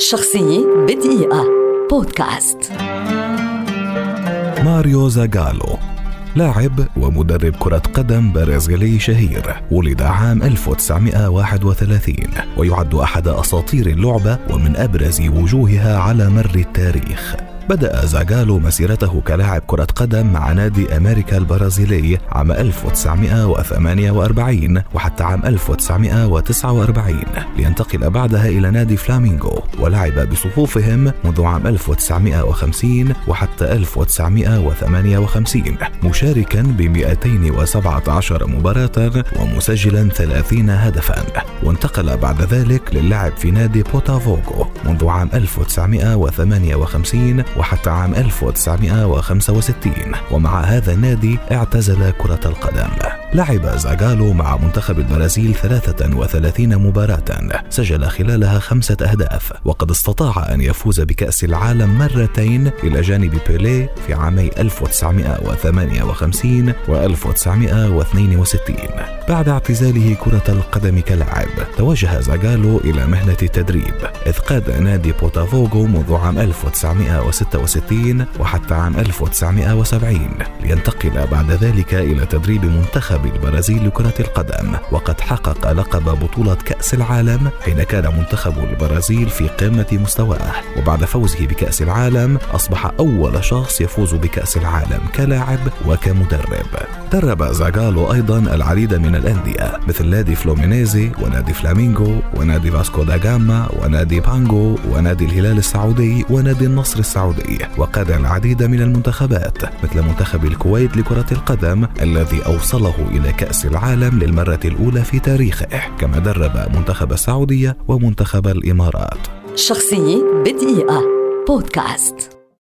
شخصية بدقيقة بودكاست. ماريو زاغالو لاعب ومدرب كرة قدم برازيلي شهير، ولد عام 1931 ويعد أحد أساطير اللعبة ومن أبرز وجوهها على مر التاريخ. بدأ زاغالو مسيرته كلاعب كرة قدم مع نادي أمريكا البرازيلي عام 1948 وحتى عام 1949 لينتقل بعدها إلى نادي فلامينغو، ولعب بصفوفهم منذ عام 1950 وحتى 1958 مشاركا ب 217 مباراة ومسجلا 30 هدفا، وانتقل بعد ذلك للعب في نادي بوتافوغو منذ عام 1958 وحتى عام 1965، ومع هذا النادي اعتزل كرة القدم. لعب زاغالو مع منتخب البرازيل 33 مباراة سجل خلالها 5 أهداف، وقد استطاع أن يفوز بكأس العالم مرتين إلى جانب بيليه في عامي 1958 و1962. بعد اعتزاله كرة القدم كلاعب توجه زاغالو إلى مهنة التدريب، إذ قاد نادي بوتافوغو منذ عام 1966 وحتى عام 1970 لينتقل بعد ذلك إلى تدريب منتخب البرازيل لكرة القدم، وقد حقق لقب بطولة كأس العالم حين كان منتخب البرازيل في قمة مستواه. وبعد فوزه بكأس العالم أصبح أول شخص يفوز بكأس العالم كلاعب وكمدرب. درب زاغالو أيضا العديد من الأندية مثل نادي فلومينيزي ونادي فلامينغو ونادي فاسكو دا غاما ونادي بانغو ونادي الهلال السعودي ونادي النصر السعودي، وقاد العديد من المنتخبات مثل منتخب الكويت لكرة القدم الذي أوصله إلى كأس العالم للمرة الأولى في تاريخه، كما درب منتخب السعودية ومنتخب الإمارات. شخصية بدقيقة بودكاست.